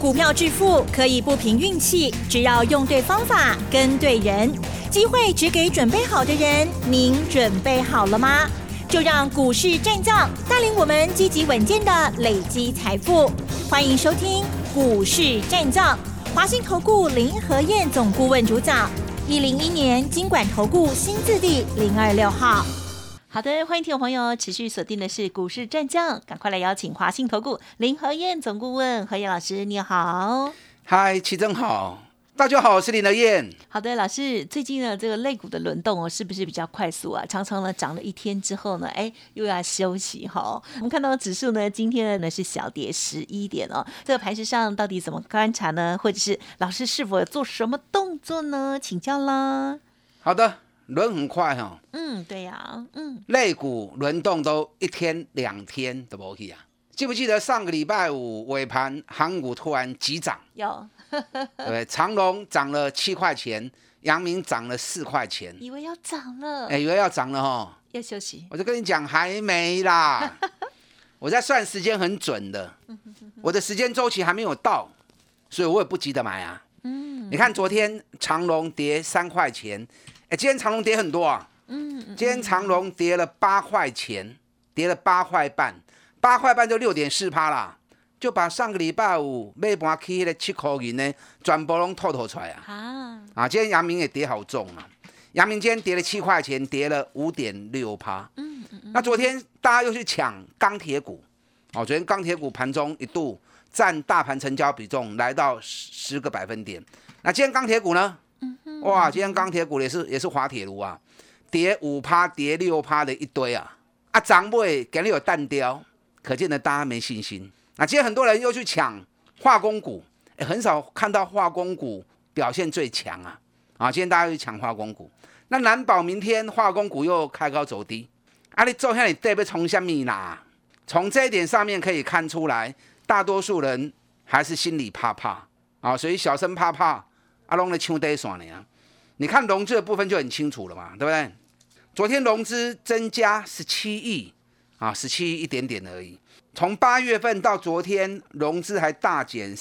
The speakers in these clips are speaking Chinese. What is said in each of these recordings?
股票致富可以不凭运气，只要用对方法、跟对人，机会只给准备好的人。您准备好了吗？就让股市战将带领我们积极稳健的累积财富。欢迎收听股市战将，华信投顾林和彥总顾问主讲，101年金管投顾新字第026号。好的，欢迎听众朋友持续锁定的是股市战将，赶快来邀请华信投顾林和彥总顾问和彥老师，你好。 嗨，齐正好，大家好，我是林和彥。 好的，老师，最近呢这个类股的轮动是不是比较快速啊？常常呢涨了一天之后呢，又要休息哈。我们看到指数呢，今天呢是小跌11点哦。这个盘势上到底怎么观察呢？或者是老师是否有做什么动作呢？请教啦。 好的。轮很快哈， 对呀， 类股轮动都1天2天都没去啊。记不记得上个礼拜五尾盘，航股突然急涨？ 有， 对不对？长荣涨了7块钱，阳明涨了4块钱， 以为要涨了， 以为要涨了哈， 要休息。 我就跟你讲，还没啦。我在算时间很准的，我的时间周期还没有到，所以我也不急着买啊。你看昨天长荣跌3块钱。今天长荣跌很多啊，今天长荣跌了8块钱，跌了8块半，8块半就6.4%啦，就把上个礼拜五买盘起的7块钱呢，全部都透出来啊！今天阳明也跌好重啊，阳明今天跌了7块钱，跌了5.6%。那昨天大家又去抢钢铁股，昨天钢铁股盘中一度占大盘成交比重来到10个百分点。那今天钢铁股呢？哇，今天钢铁股也是滑铁卢啊，跌5%、跌6%的一堆啊！涨尾给你有弹雕，可见的大家没信心。那今天很多人又去抢化工股，很少看到化工股表现最强啊！今天大家又去抢化工股，那难保明天化工股又开高走低。你做下你对不从什么啦？从这一点上面可以看出来，大多数人还是心里怕怕啊，所以小声怕怕。拢在抢底线呢，你看融资的部分就很清楚了嘛，对不对？昨天融资增加17亿，17亿一点点而已。从8月份到昨天，融资还大减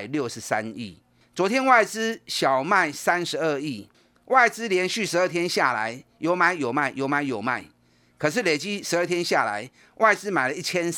363亿。昨天外资小卖32亿，外资连续12天下来有买有卖，有买有卖，可是累积12天下来，外资买了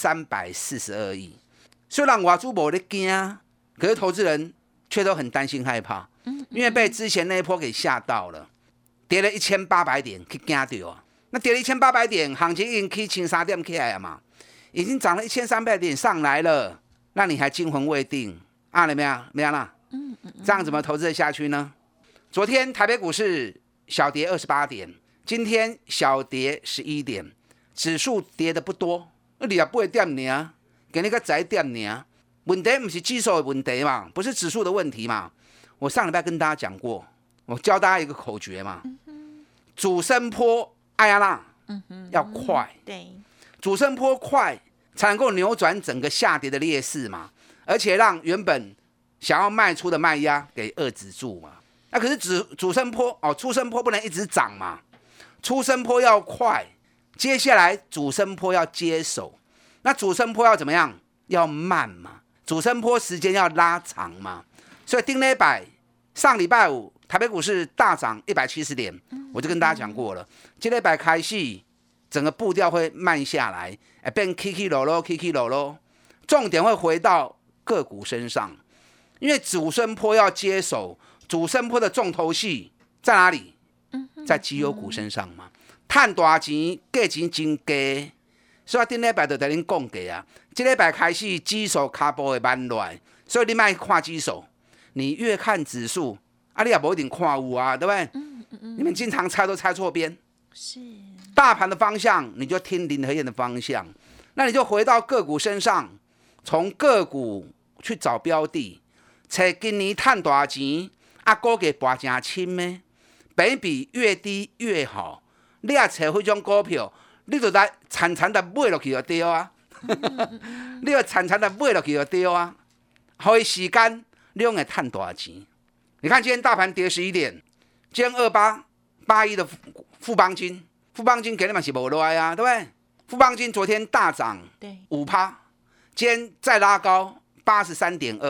1342亿。虽然外资没在怕，可是投资人却都很担心害怕。因为被之前那一波给吓到了，跌了1800点，去惊到啊！那跌了1800点，行情已经去13点起来了嘛，已经涨了1300点上来了，那你还惊魂未定啊？没有啦，这样怎么投资得下去呢？昨天台北股市小跌28点，今天小跌11点，指数跌的不多，28点而已，给你个1点而已，问题不是指数的问题嘛，不是指数的问题嘛。我上礼拜跟大家讲过，我教大家一个口诀嘛，主升波要快， 对， 主升波快才能够扭转整个下跌的劣势嘛，而且让原本想要卖出的卖压给遏制住嘛。那可是主升波出升波不能一直涨嘛，出升波要快，接下来主升波要接手，那主升波要怎么样？要慢嘛，主升波时间要拉长嘛。所以上礼拜五台北股市大涨170点，我就跟大家讲过了，这礼拜开始整个步调会慢下来，变起起落落，起起落落，重点会回到个股身上，因为主升波要接手，主升波的重头戏在哪里？在绩优股身上嘛，赚大钱，价钱真低，所以顶礼拜就跟您讲过啊，这礼拜开始指数脚步会慢落来，所以你别看指数。你越看指数，你也不一定看有啊，对不对？你们经常猜都猜错边。 是大盘的方向，你就听林和彥的方向。那你就回到个股身上，从个股去找标的，找今年赚大钱，股价博真深咩？本益比越低越好。你也找那种股票，你就来惨惨的买落去就对啊。你要惨惨的买落去就对啊。给他时间。你用来赚大钱。你看今天大盘跌11点，今天2881的富邦金给你们是没落来啊，对不对？富邦金昨天大涨5%，今天再拉高83.2，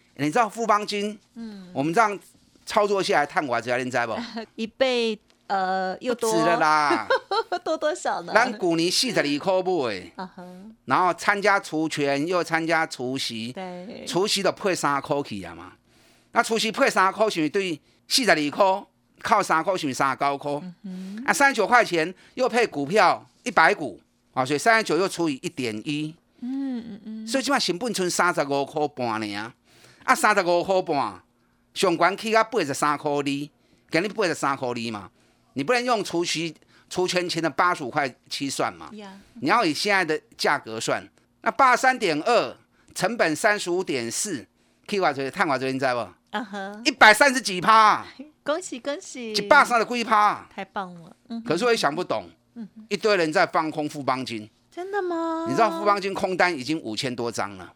你知道富邦金，我们这样操作下来，探多少，你知不 ？1倍又多， 不止了啦， 多少呢？ 咱去年42块买，然后参加除权又参加除息，除息就配3块去啊嘛。那除息配3块，是对42块靠3块，是39块。啊，39块钱又配股票100股啊，所以39又除以1.1。所以即摆成本剩35块半呢啊，35块半，上悬起到83块2，今日83块2嘛，你不能用除权前的85块7算嘛，你要以现在的价格算，那83.2成本35.4，去偌济，赚偌济，你知不？130几%， 恭喜恭喜 ，130几%， 太棒了。 可是我也想不懂，一堆人在放空富邦金。 真的吗？ 你知道富邦金空单已经5000多张了，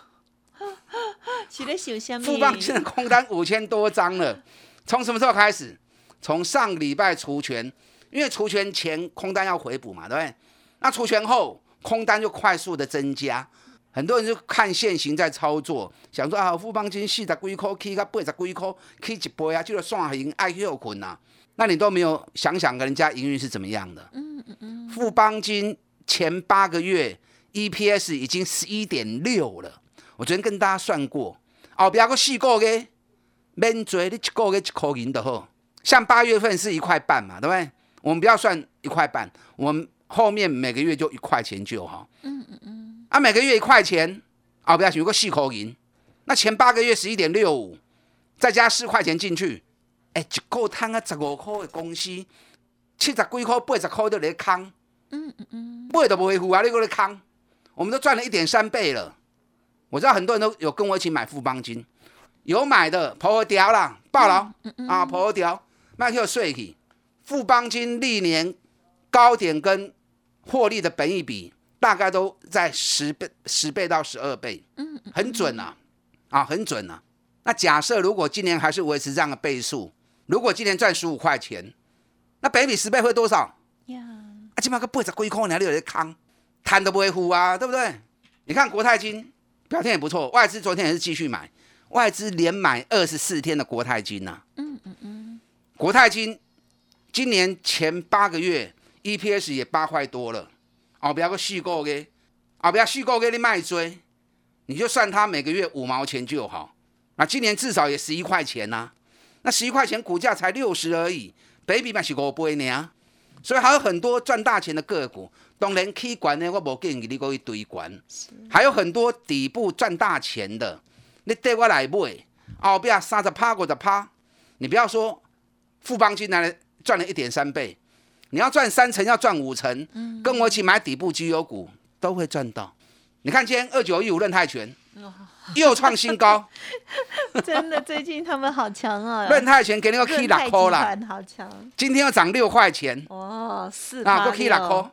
富邦金的空单5000多张了，从什么时候开始？从上礼拜除权，因为除权前空单要回补嘛，对不对？那除权后空单就快速的增加，很多人就看现行在操作，想说啊，富邦金40几块起到80几块，起一倍啊，这个算赢爱休困啊，那你都没有想想人家营运是怎么样的？富邦金前8个月 EPS 已经11.6了，我昨天跟大家算过，后边还有4个月，免做你1个月1块银就好。像8月份是1块半嘛，对不对？我们不要算1块半，我们后面每个月就1块钱就好。啊，每个月1块钱，后边有个4块银，那前8个月11.65，再加4块钱进去，一个赚啊15块的公司，70几块、80块都在空。买都不会付啊！你搁在空，我们都赚了1.3倍了。我知道很多人都有跟我一起买富邦金，有买的抱好条啦，报牢啊，抱好条，卖去税去。富邦金历年高点跟获利的本益比大概都在10倍到12倍，很准啊，很准啊。那假设如果今年还是维持这样的倍数，如果今年赚15块钱，那本益比10倍会多少？起码个80几块，你还有在扛，摊都不会付啊，对不对？你看国泰金表现也不错，外资昨天也是继续买，外资连买24天的国泰金啊。国泰金今年前8个月 EPS 也8块多了，后边个4个月，后边4个月你卖追，你就算它每个月5毛钱就好。那今年至少也11块钱啊，那11块钱股价才60而已，本益比嘛是5倍呢。所以还有很多赚大钱的个股，当然起管呢，我不建议你去堆管。还有很多底部赚大钱的，你带我来买，后边30%、50%，你不要说富邦金来赚了1.3倍，你要赚3成，要赚5成，跟我一起买底部绩优股都会赚到。你看今天2915润泰拳又创新高， 真的最近他们好强哦。 润泰拳给你个 K 6块啦， 好强， 今天又涨6块钱， 哦，4 啊，个 K 6块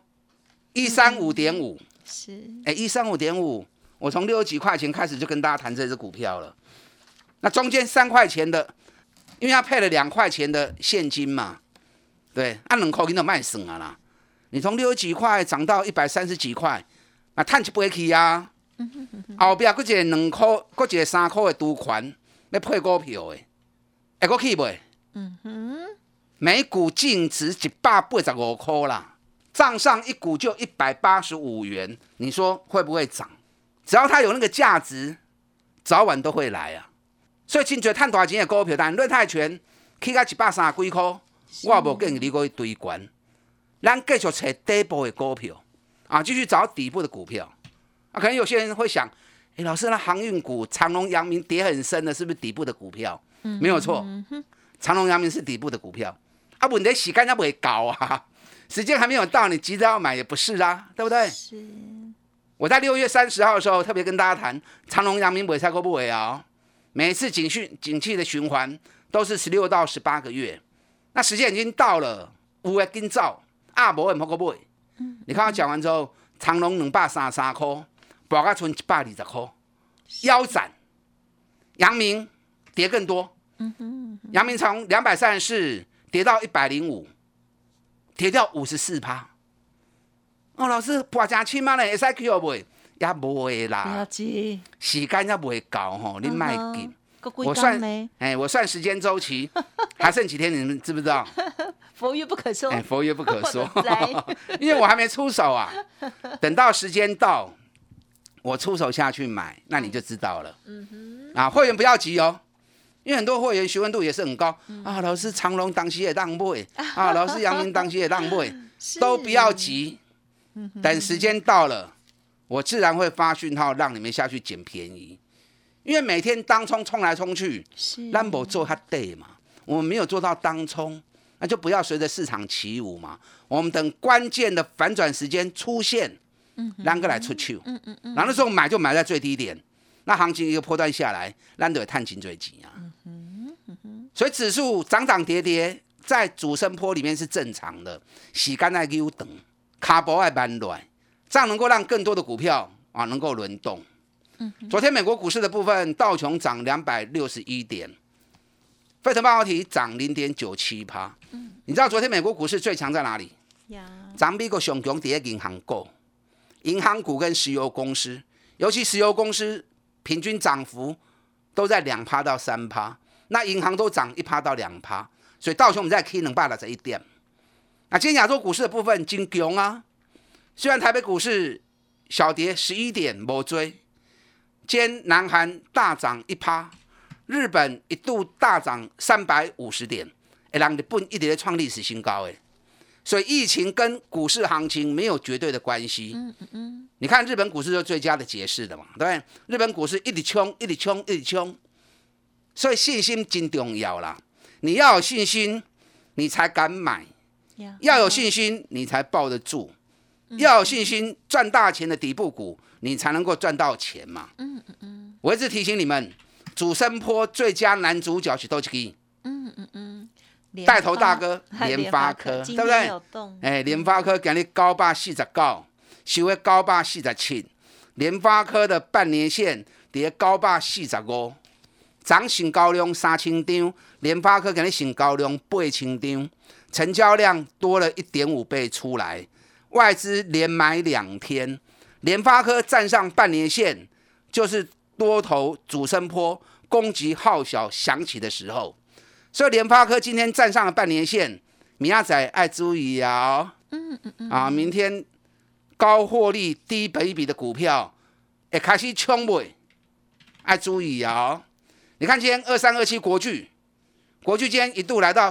，135.5， 是 ，135.5，我从60几块钱开始就跟大家谈这只股票了。那中间3块钱的，因为它配了2块钱的现金嘛，对，按2块钱就卖省啊啦。你从60几块涨到130几块，那赚一倍去啊。后边还有一个2块，还有一个3块的除权要配股票的，会够去袂？每股净值185块啦，账上一股就185元，你说会不会涨？只要它有那个价值，早晚都会来啊。所以真侪赚大钱的股票，但润泰拳起到130几块，我无建议你去堆关。咱继续找底部的股票啊，继续找底部的股票。可能有些人会想，老师，那航运股长荣、阳明跌很深的，是不是底部的股票？没有错，长荣、阳明是底部的股票。啊，问题时间还没到啊，时间还没有到，你急着要买也不是啦，对不对？ 是。 我在6月30号的时候特别跟大家谈，长荣、阳明不会再过不会啊。每一次景气的循环都是16到18个月，那时间已经到了，有的紧走，啊无的唔好过买。你看我讲完之后，长荣233块。保到剩120块，腰斩。阳明跌更多，阳明从234跌到105，跌掉54%。哦，老师，博真轻吗呢？会使去买？ 也无会不要啦， 急， 时间也未到吼，你卖急。 我算我算时间周期，还剩几天，你们知不知道？ 佛曰不可说， 佛曰不可说，因为我还没出手啊。等到时间到，我出手下去买，那你就知道了。会员不要急哦，因为很多会员询问度也是很高啊。老师，长荣当时也让买啊，老师阳明当时也让买，都不要急，等时间到了，我自然会发讯号让你们下去捡便宜。因为每天当冲冲来冲去，咱没做它对嘛，我们没有做到当冲，那就不要随着市场起舞嘛。我们等关键的反转时间出现，咱个来出手，然后那时候买就买在最低点，那行情一个波段下来，咱就会探清最急啊。所以指数涨涨跌跌，在主升波里面是正常的，时间要久长，脚步要慢落，这样能够让更多的股票能够轮动。昨天美国股市的部分，道琼涨261点，费城半导体涨0.97%。你知道昨天美国股市最强在哪里？涨美国上强在银行股，银行股跟石油公司，尤其石油公司平均涨幅都在2%到3%，那银行都涨1%到2%，所以道琼我们在 K 261点。那今天亚洲股市的部分真强啊，虽然台北股市小跌11点，没追。今天南韩大涨1%，日本一度大涨350点，让日本一直在创历史新高。所以疫情跟股市行情没有绝对的关系。你看日本股市就是最佳的解释的嘛，对不对？日本股市一直冲，一直冲，一直冲，所以信心真重要啦。你要有信心，你才敢买；要有信心，你才抱得住；要有信心，赚大钱的底部股。你才能够赚到钱嘛。我一直提醒你们，主升波最佳男主角是多几个？带头大哥联发科，对不对？联发科今日949，收在947。联发科的半年线在945，涨成交量3000张，联发科今日成交量8000张，成交量多了1.5倍出来，外资连买2天。联发科站上半年线，就是多头主升波攻击号角响起的时候，所以联发科今天站上了半年线，明仔要注意哦。明天高获利低本益比的股票会开始冲买，要注意哦。你看今天2327国巨今天一度来到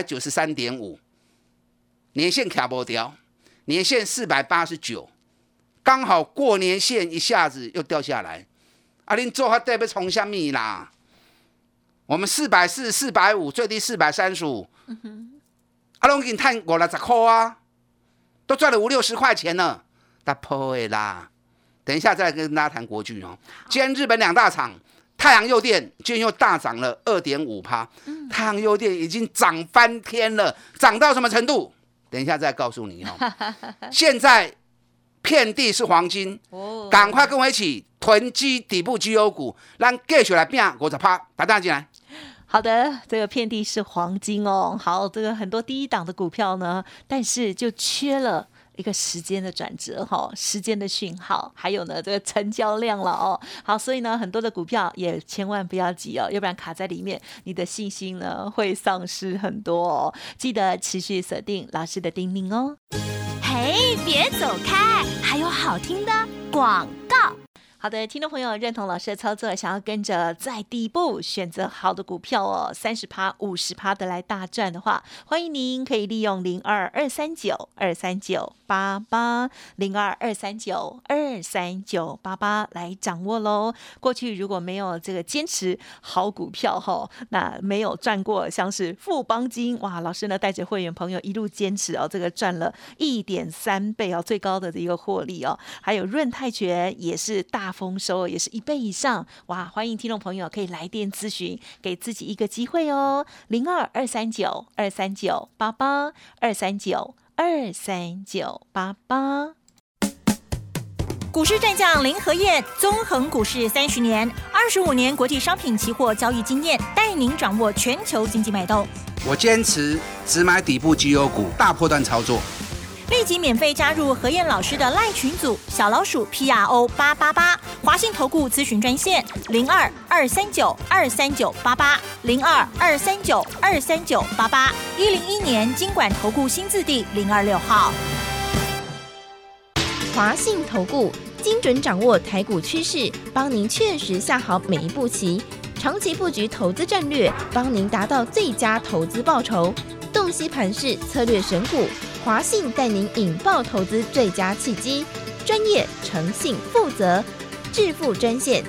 493.5，年线卡不掉，年线489。刚好过年线一下子又掉下来，恁做法对要冲什么啦？我们440、450，最低435，拢已经赚50-60块啊，都赚了50-60块钱了，打破的啦。等一下再跟大家谈国巨哦。今天日本2大厂，太阳诱电今天又大涨了2.5%，太阳诱电已经涨翻天了，涨到什么程度？等一下再告诉你哦。现在。遍地是黄金，赶快跟我一起囤积底部绩优股，让继续来拼50%，打单进来。 好的，这个遍地是黄金哦。好，这个很多第一档的股票呢，但是就缺了一个时间的转折时间的讯号，还有呢这个成交量了哦。好，所以呢很多的股票也千万不要急哦，要不然卡在里面，你的信心呢会丧失很多哦。记得持续锁定老师的叮咛哦。 嘿，别走开，还有好听的广告。 好的，听众朋友认同老师的操作，想要跟着在底部选择好的股票哦，30%、50%的来大赚的话，欢迎您可以利用02-239-2398802-239-23988来掌握喽。过去如果没有这个坚持好股票那没有赚过，像是富邦金，哇，老师呢带着会员朋友一路坚持这个赚了1.3倍最高的一个获利还有润泰拳也是大丰收，也是1倍以上，哇！欢迎听众朋友可以来电咨询，给自己一个机会哦。02-239-239-88，239-239-88。 股市战将林和彥，纵横股市30年，25年国际商品期货交易经验，带您掌握全球经济脉动。 我坚持只买底部绩优股，大波段操作。 立即免费加入何燕老师的赖群组，小老鼠 PRO888，华信投顾咨询专线02-239-23988，02-239-23988，101年金管投顾新字第026号。 华信投顾精准掌握台股趋势，帮您确实下好每一步棋，长期布局投资战略，帮您达到最佳投资报酬。洞悉盘势，策略选股，华信带您引爆投资最佳契机，专业、诚信、负责。致富专线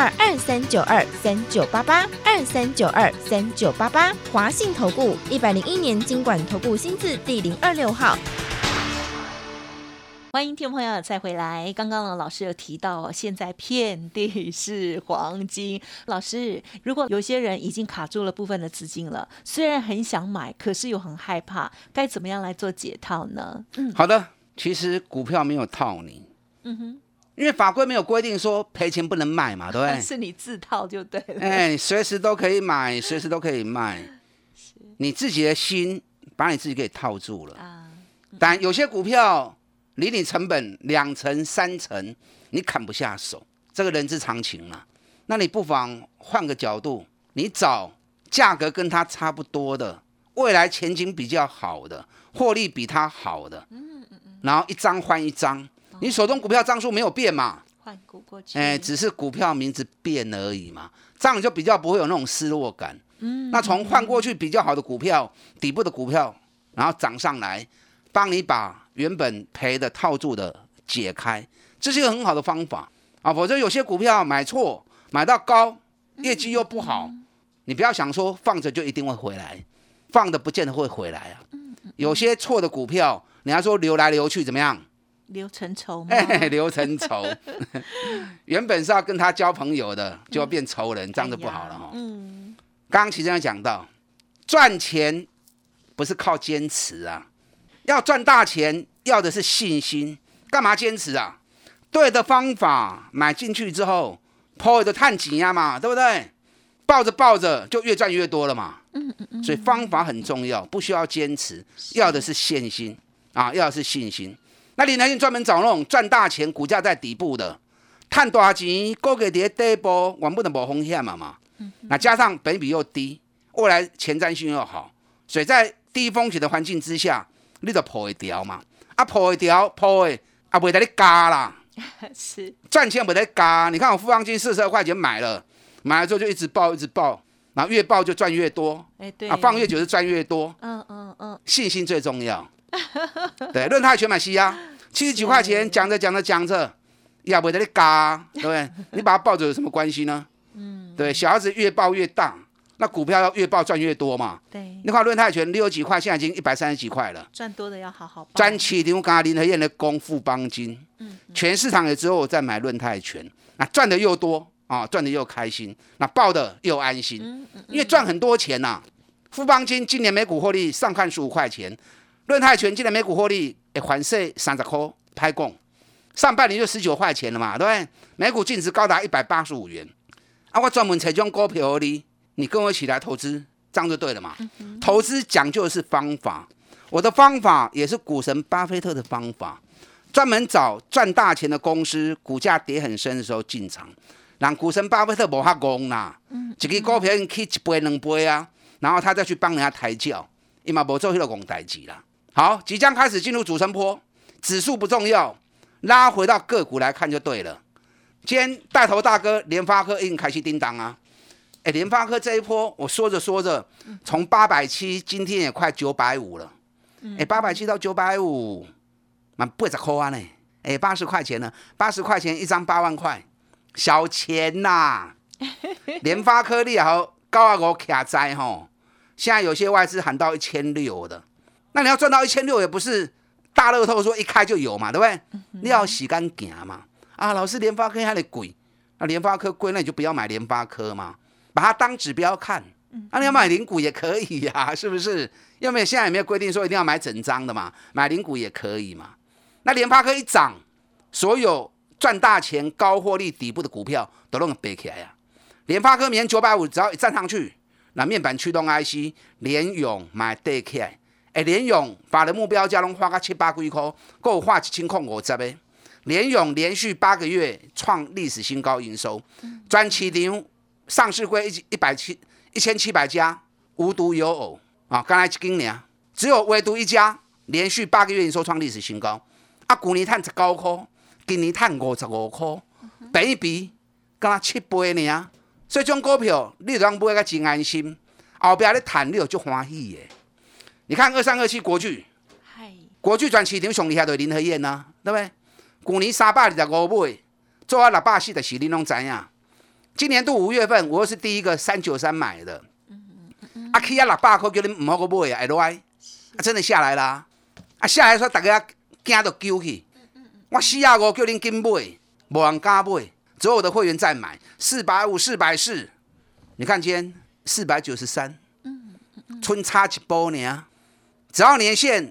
02-2392-3988，2392-3988，华信投顾101年金管投顾新字第026号。 欢迎听众朋友再回来。刚刚老师有提到，现在遍地是黄金。老师，如果有些人已经卡住了部分的资金了，虽然很想买，可是又很害怕，该怎么样来做解套呢？ 好的，其实股票没有套你，因为法规没有规定说赔钱不能卖嘛，对不对？ 是你自套就对了。 你随时都可以买，随时都可以卖，你自己的心把你自己给套住了但有些股票离你成本2成3成，你砍不下手，这个人之常情嘛。那你不妨换个角度，你找价格跟它差不多的，未来前景比较好的，获利比它好的，然后一张换一张，你手中股票张数没有变嘛， 换股过去， 只是股票名字变而已嘛，这样你就比较不会有那种失落感。那从换过去比较好的股票，底部的股票，然后涨上来，帮你把原本赔的套住的解开，这是一个很好的方法否则有些股票买错，买到高，业绩又不好，你不要想说放着就一定会回来，放的不见得会回来有些错的股票，人家说流来流去怎么样？ 流成仇吗？ 流成仇，原本是要跟他交朋友的，就要变仇人，这样就不好了刚刚其实有讲到，赚钱不是靠坚持要赚大钱，要的是信心。干嘛坚持对的方法买进去之后，抛的探钱嘛，对不对？抱着抱着就越赚越多了嘛。所以方法很重要，不需要坚持，要的是信心要的是信心。那林台信专门找那种赚大钱、股价在底部的，赚大钱，股价在底部，原本就没风险嘛。那加上本益比又低，未来前瞻性又好，所以在低风险的环境之下，你就破会掉嘛，破会掉，破会不得你加啦， 是赚钱不得加。你看我富邦金42块钱买了之后就一直报，然后越报就赚越多， 对放越久就赚越多，信心最重要。对，润泰全买西70几块钱，讲着，也不得你加，对不对？你把它抱着有什么关系呢？对，小孩子越抱越大。那股票要越报赚越多嘛？ 对， 你看润泰全60几块，现在已经130几块了。 赚多的要好好报。 赚市场跟林和燕的功富邦金，全市场也只有我在买润泰全，那赚的又多赚的又开心，那报的又安心，因为赚很多钱富邦金今年每股获利上看15块钱，润泰全今年每股获利还税30块，拍供，上半年就19块钱了嘛，对不对？每股净值高达185元。我专门采这种股票而已。你跟我一起来投资，这样就对了嘛。投资讲究的是方法，我的方法也是股神巴菲特的方法，专门找赚大钱的公司，股价跌很深的时候进场，让股神巴菲特没法讲啦。一个股票起1倍2倍然后他再去帮人家抬轿，他也没做那个讲代志啦。好，即将开始进入主升波，指数不重要，拉回到个股来看就对了。今天带头大哥联发科已经开始叮当联发科这一波，我说着说着，从870，今天也快950了。870到950，蛮80块呢。80块钱呢，80块钱一张8万块，小钱呐。联发科你也好，95卡在吼，现在有些外资喊到1600的，那你要赚到1600，也不是大乐透说一开就有嘛，对不对？你要时间行嘛。老师联发科还得贵，那联发科贵，那你就不要买联发科嘛。把它当指标看，你要买零股也可以是不是？因为现在也没有规定说一定要买整张的嘛，买零股也可以嘛。那联发科一涨，所有赚大钱、高获利底部的股票都能背起来联发科明年950，只要一站上去，那面板驱动 IC 联咏买对起来， 联咏法人目标价拢花到700几块，还有花1050的。联咏连续8个月创历史新高营收，全市场上市柜1700家，无独有偶啊，刚才一间尔，只有唯独一家连续8个月营收创历史新高。啊，去年赚19块，今年赚55块，本益比敢若7倍尔。所以这种股票你就当买个真安心，后边咧赚你就足欢喜的。你看2327国巨，国巨全市场上厉害就是林和燕啊，对不对？去年325买，做到644，你拢知影。今年度5月份，我又是第一个393买的，起啊600块，叫你唔好个买啊，会落来，真的下来啦。下来说大家惊到揪去，我45叫恁紧买，无人敢买，只有我的会员在买，450、440，你看今天493，春差一波呢，只要年限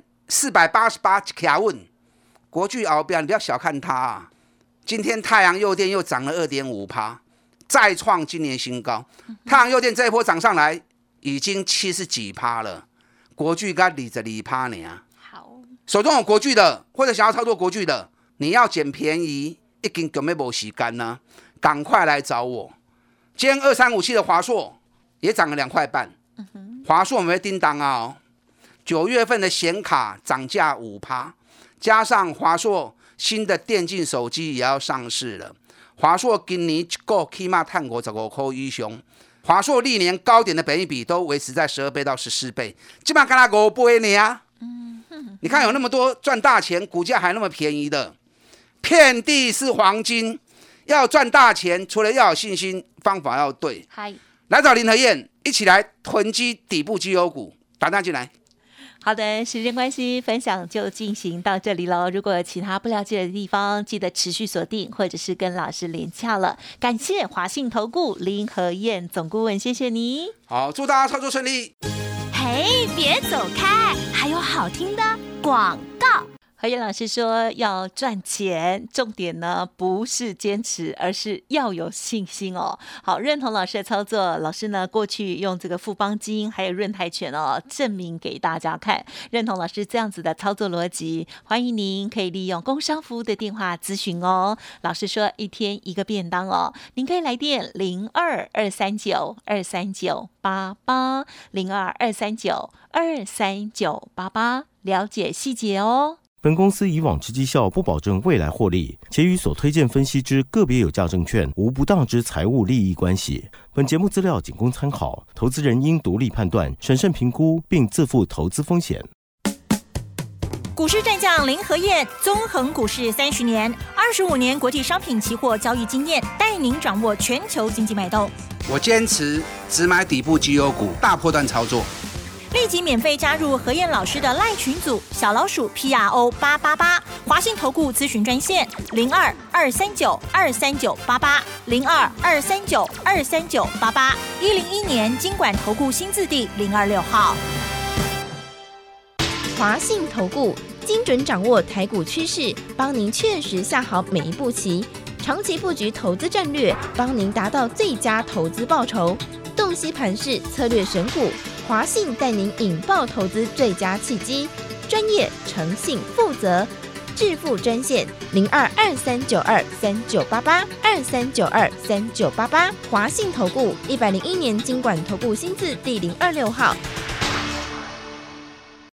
488卡稳。国巨后边，你不要小看它啊！今天太阳诱电又涨了2.5%，再创今年新高。太阳诱电这一波涨上来，已经70几%了，国巨才22%呢。好，手中有国巨的，或者想要操作国巨的，你要捡便宜，已经根本没时间呢，赶快来找我。今天2357的华硕也涨了2块半，华硕我们会叮当啊！9月份的显卡涨价5%。加上华硕新的电竞手机也要上市了，华硕今年一个起码赚55块以上，华硕历年高点的本益比都维持在12倍到14倍，基本上跟它5倍呢。你看有那么多赚大钱，股价还那么便宜的，遍地是黄金。要赚大钱，除了要有信心，方法要对。来找林和燕一起来囤积底部绩优股，打电话进来。 好的，时间关系，分享就进行到这里了。如果有其他不了解的地方，记得持续锁定，或者是跟老师连洽了。感谢华信投顾林和燕总顾问，谢谢你。 好，祝大家操作顺利。 嘿，别走开，还有好听的广告。 和燕老师说要赚钱，重点呢不是坚持，而是要有信心哦。好，认同老师的操作，老师呢过去用这个富邦金还有润泰拳哦，证明给大家看。认同老师这样子的操作逻辑，欢迎您可以利用工商服务的电话咨询哦。老师说1天1个便当哦，您可以来电02-239-23988，02-239-23988，了解细节哦。 本公司以往之绩效不保证未来获利，且与所推荐分析之个别有价证券无不当之财务利益关系。本节目资料仅供参考，投资人应独立判断、审慎评估，并自负投资风险。 股市战将林和燕，纵横股市30年，25年国际商品期货交易经验，带您掌握全球经济脉动。 我坚持只买底部绩优股，大波段操作。 立即免费加入和燕老师的赖群组，小老鼠 PRO888，华信投顾咨询专线02-239-23988，02-239-23988，101年金管投顾新字第026号。 华信投顾精准掌握台股趋势，帮您确实下好每一步棋，长期布局投资战略，帮您达到最佳投资报酬。洞悉盘势，策略选股，华信带您引爆投资最佳契机，专业、诚信、负责，致富专线02-2392-3988，2392-3988，华信投顾101年金管投顾新字第026号。